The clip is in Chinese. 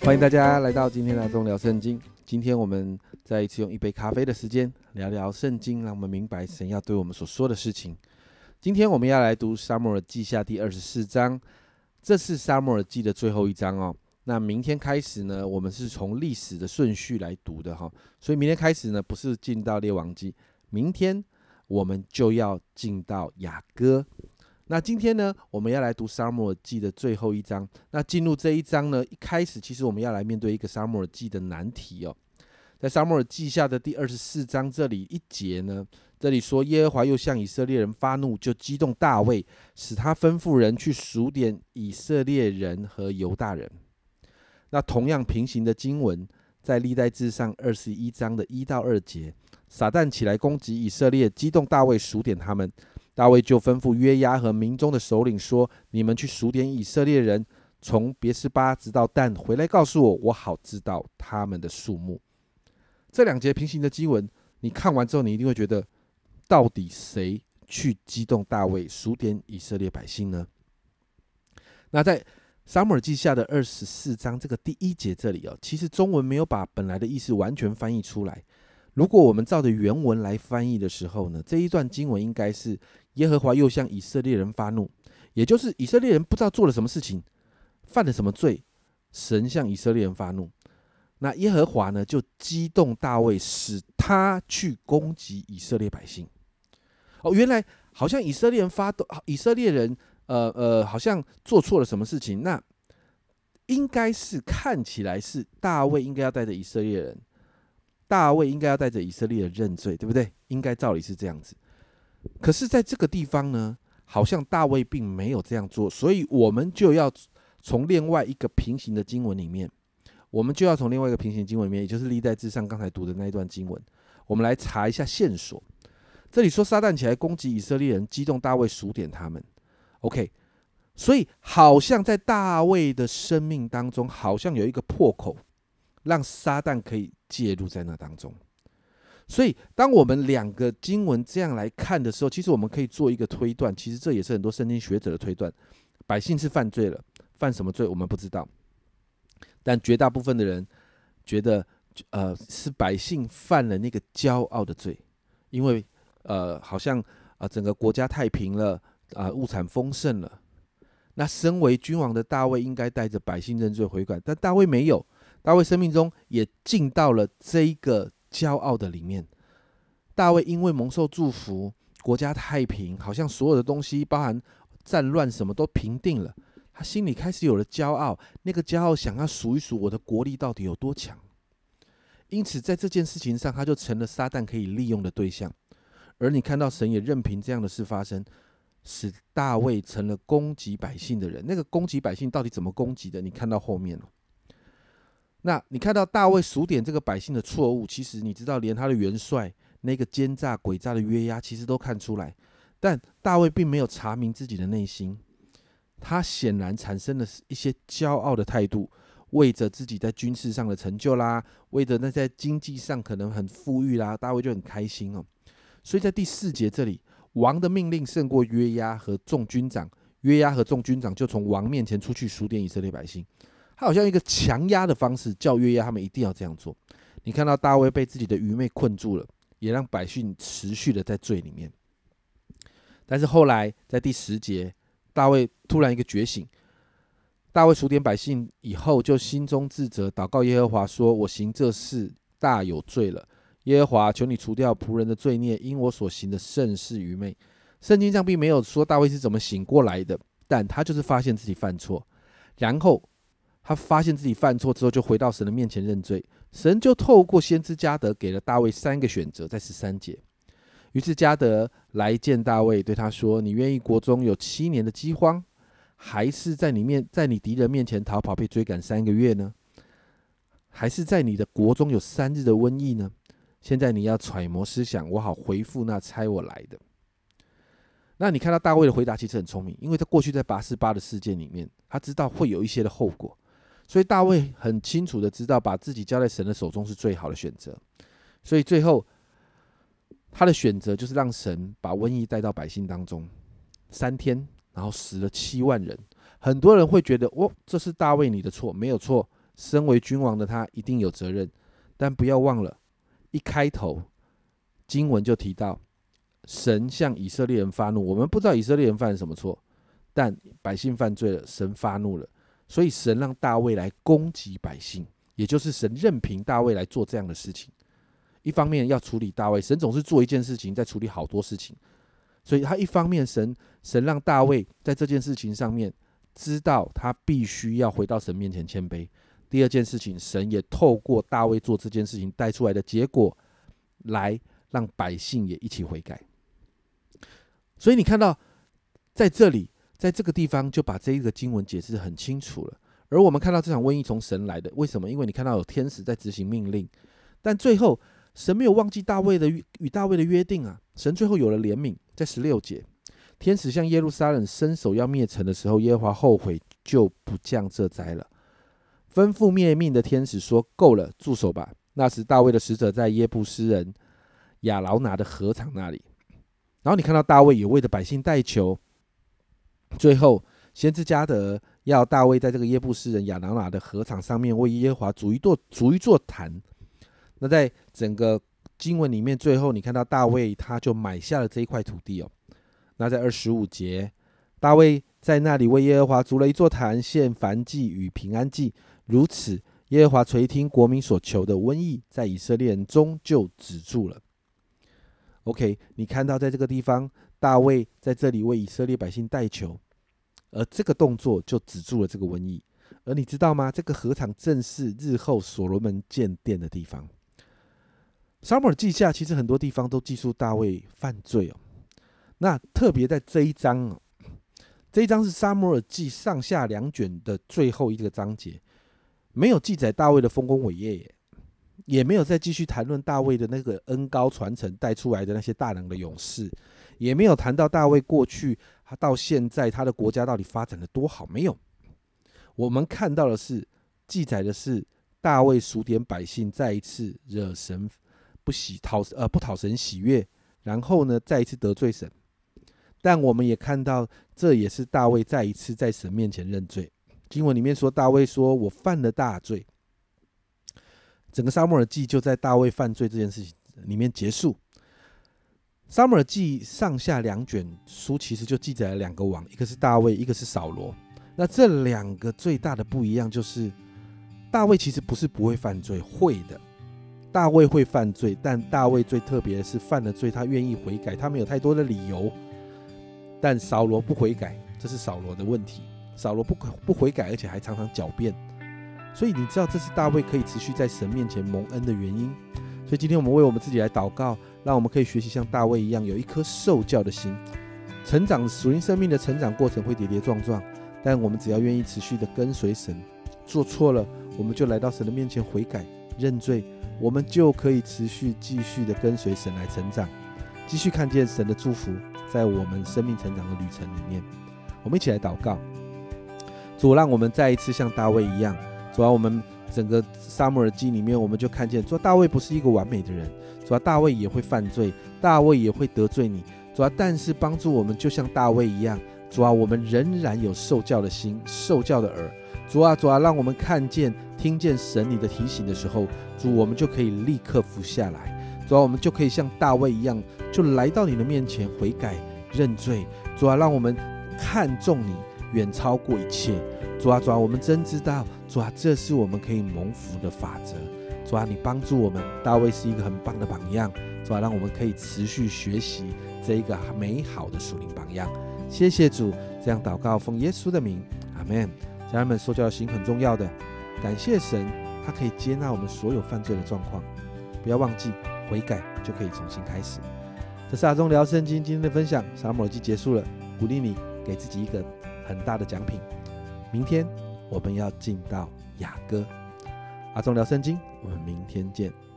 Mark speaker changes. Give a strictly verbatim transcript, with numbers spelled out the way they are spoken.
Speaker 1: 欢迎大家来到今天的阿忠聊圣经。今天我们再一次用一杯咖啡的时间聊聊圣经，让我们明白神要对我们所说的事情。今天我们要来读撒母耳记下第二十四章，这是撒母耳记的最后一章哦。那明天开始呢，我们是从历史的顺序来读的哈，所以明天开始呢，不是进到列王记，明天我们就要进到雅歌。那今天呢，我们要来读撒母耳记的最后一章。那进入这一章呢，一开始其实我们要来面对一个撒母耳记的难题哦。在撒母耳记下的第二十四章这里一节呢，这里说耶和华又向以色列人发怒，就激动大卫，使他吩咐人去数点以色列人和犹大人。那同样平行的经文，在历代志上二十一章的一到二节，撒旦起来攻击以色列，激动大卫数点他们。大卫就吩咐约押和民中的首领说：你们去数点以色列人，从别是巴直到但，回来告诉我，我好知道他们的数目。这两节平行的经文，你看完之后，你一定会觉得，到底谁去激动大卫数点以色列百姓呢？那在撒母耳记下的二十四章这个第一节这里哦，其实中文没有把本来的意思完全翻译出来。如果我们照着原文来翻译的时候呢，这一段经文应该是耶和华又向以色列人发怒，也就是以色列人不知道做了什么事情，犯了什么罪，神向以色列人发怒。那耶和华呢，就激动大卫，使他去攻击以色列百姓。哦，原来好像以色列人发动，以色列人呃呃，好像做错了什么事情，那应该是看起来是大卫应该要带着以色列人。大卫应该要带着以色列人认罪，对不对？应该照理是这样子。可是在这个地方呢，好像大卫并没有这样做，所以我们就要从另外一个平行的经文里面，我们就要从另外一个平行经文里面，也就是历代志上刚才读的那一段经文，我们来查一下线索。这里说撒旦起来攻击以色列人，激动大卫数点他们。OK， 所以好像在大卫的生命当中，好像有一个破口，让撒旦可以介入在那当中。所以当我们两个经文这样来看的时候，其实我们可以做一个推断，其实这也是很多圣经学者的推断。百姓是犯罪了，犯什么罪我们不知道，但绝大部分的人觉得呃是百姓犯了那个骄傲的罪，因为呃好像呃整个国家太平了，呃物产丰盛了，那身为君王的大卫应该带着百姓认罪悔改，但大卫没有。大卫生命中也进到了这一个骄傲的里面。大卫因为蒙受祝福，国家太平，好像所有的东西包含战乱什么都平定了，他心里开始有了骄傲，那个骄傲想要数一数我的国力到底有多强。因此在这件事情上，他就成了撒旦可以利用的对象。而你看到神也任凭这样的事发生，使大卫成了攻击百姓的人。那个攻击百姓到底怎么攻击的？你看到后面了。那你看到大卫数点这个百姓的错误，其实你知道连他的元帅那个奸诈诡诈的约押其实都看出来，但大卫并没有查明自己的内心，他显然产生了一些骄傲的态度，为着自己在军事上的成就啦，为着那在经济上可能很富裕啦，大卫就很开心哦。所以在第四节这里，王的命令胜过约押和众军长，约押和众军长就从王面前出去数点以色列百姓。他好像一个强压的方式，叫约押他们一定要这样做。你看到大卫被自己的愚昧困住了，也让百姓持续的在罪里面。但是后来在第十节，大卫突然一个觉醒，大卫数点百姓以后，就心中自责，祷告耶和华说：我行这事大有罪了，耶和华，求你除掉仆人的罪孽，因我所行的甚是愚昧。圣经上并没有说大卫是怎么醒过来的，但他就是发现自己犯错，然后他发现自己犯错之后，就回到神的面前认罪。神就透过先知迦得给了大卫三个选择，在十三节。于是迦得来见大卫，对他说：你愿意国中有七年的饥荒，还是在你面在你敌人面前逃跑被追赶三个月呢？还是在你的国中有三日的瘟疫呢？现在你要揣摩思想，我好回复那差我来的。那你看到大卫的回答其实很聪明，因为在过去在拔示巴的事件里面，他知道会有一些的后果，所以大卫很清楚的知道把自己交在神的手中是最好的选择。所以最后他的选择就是让神把瘟疫带到百姓当中，三天然后死了七万人。很多人会觉得哦，这是大卫你的错，没有错， 身为君王的他一定有责任，但不要忘了，一开头经文就提到神向以色列人发怒，我们不知道以色列人犯了什么错，但百姓犯罪了，神发怒了，所以神让大卫来攻击百姓，也就是神任凭大卫来做这样的事情。一方面要处理大卫，神总是做一件事情再处理好多事情，所以他一方面 神, 神让大卫在这件事情上面知道他必须要回到神面前谦卑。第二件事情，神也透过大卫做这件事情带出来的结果，来让百姓也一起悔改。所以你看到在这里，在这个地方就把这一个经文解释很清楚了。而我们看到这场瘟疫从神来的，为什么？因为你看到有天使在执行命令，但最后神没有忘记大卫的与大卫的约定啊！神最后有了怜悯，在十六节，天使向耶路撒冷伸手要灭城的时候，耶和华后悔，就不降这灾了。吩咐灭命的天使说：“够了，住手吧。”那时大卫的使者在耶布斯人亚劳拿的禾场那里。然后你看到大卫也为着百姓代求。最后，先知加得要大卫在这个耶布斯人亚劳拿的禾场上面为耶和华筑一座筑一座坛。那在整个经文里面，最后你看到大卫他就买下了这一块土地哦。那在二十五节，大卫在那里为耶和华筑了一座坛，献燔祭与平安祭。如此，耶和华垂听国民所求的，瘟疫在以色列人中就止住了。OK， 你看到在这个地方，大卫在这里为以色列百姓代求，而这个动作就止住了这个瘟疫。而你知道吗？这个禾场正是日后所罗门建殿的地方。撒母耳记下其实很多地方都记述大卫犯罪哦。那特别在这一章哦，这一章是撒母耳记上下两卷的最后一个章节，没有记载大卫的丰功伟业耶，也没有再继续谈论大卫的那个恩膏传承带出来的那些大能的勇士，也没有谈到大卫过去他到现在他的国家到底发展的多好，没有。我们看到的是记载的是大卫数点百姓，再一次惹神不喜讨呃不讨神喜悦，然后呢再一次得罪神。但我们也看到，这也是大卫再一次在神面前认罪。经文里面说，大卫说：“我犯了大罪。”整个撒母耳记就在大卫犯罪这件事情里面结束。撒母耳记上下两卷书其实就记载了两个王，一个是大卫，一个是扫罗。那这两个最大的不一样就是，大卫其实不是不会犯罪，会的。大卫会犯罪，但大卫最特别的是犯了罪，他愿意悔改，他没有太多的理由。但扫罗不悔改，这是扫罗的问题。扫罗 不, 不悔改，而且还常常狡辩。所以你知道，这是大卫可以持续在神面前蒙恩的原因。所以今天我们为我们自己来祷告，让我们可以学习像大卫一样，有一颗受教的心。成长属灵生命的成长过程会跌跌撞撞，但我们只要愿意持续的跟随神，做错了我们就来到神的面前悔改认罪，我们就可以持续继续的跟随神来成长，继续看见神的祝福在我们生命成长的旅程里面。我们一起来祷告。主，让我们再一次像大卫一样，主啊，我们整个撒母耳记里面我们就看见，主啊，大卫不是一个完美的人，主啊，大卫也会犯罪，大卫也会得罪你，主啊，但是帮助我们就像大卫一样，主啊，我们仍然有受教的心，受教的耳，主啊，主啊，让我们看见听见神你的提醒的时候，主，我们就可以立刻服下来，主啊，我们就可以像大卫一样，就来到你的面前悔改认罪，主啊，让我们看重你远超过一切，主啊，主啊，我们真知道，主啊，这是我们可以蒙福的法则，主啊，你帮助我们。大卫是一个很棒的榜样，主啊，让我们可以持续学习这一个美好的属灵榜样。谢谢主，这样祷告奉耶稣的名，阿们。家人们，受教的心很重要的，感谢神，他可以接纳我们所有犯罪的状况，不要忘记悔改就可以重新开始。这是阿忠聊圣经今天的分享，撒母耳记结束了，鼓励你给自己一个很大的奖品。明天我们要进到雅歌。阿忠聊圣经，我们明天见。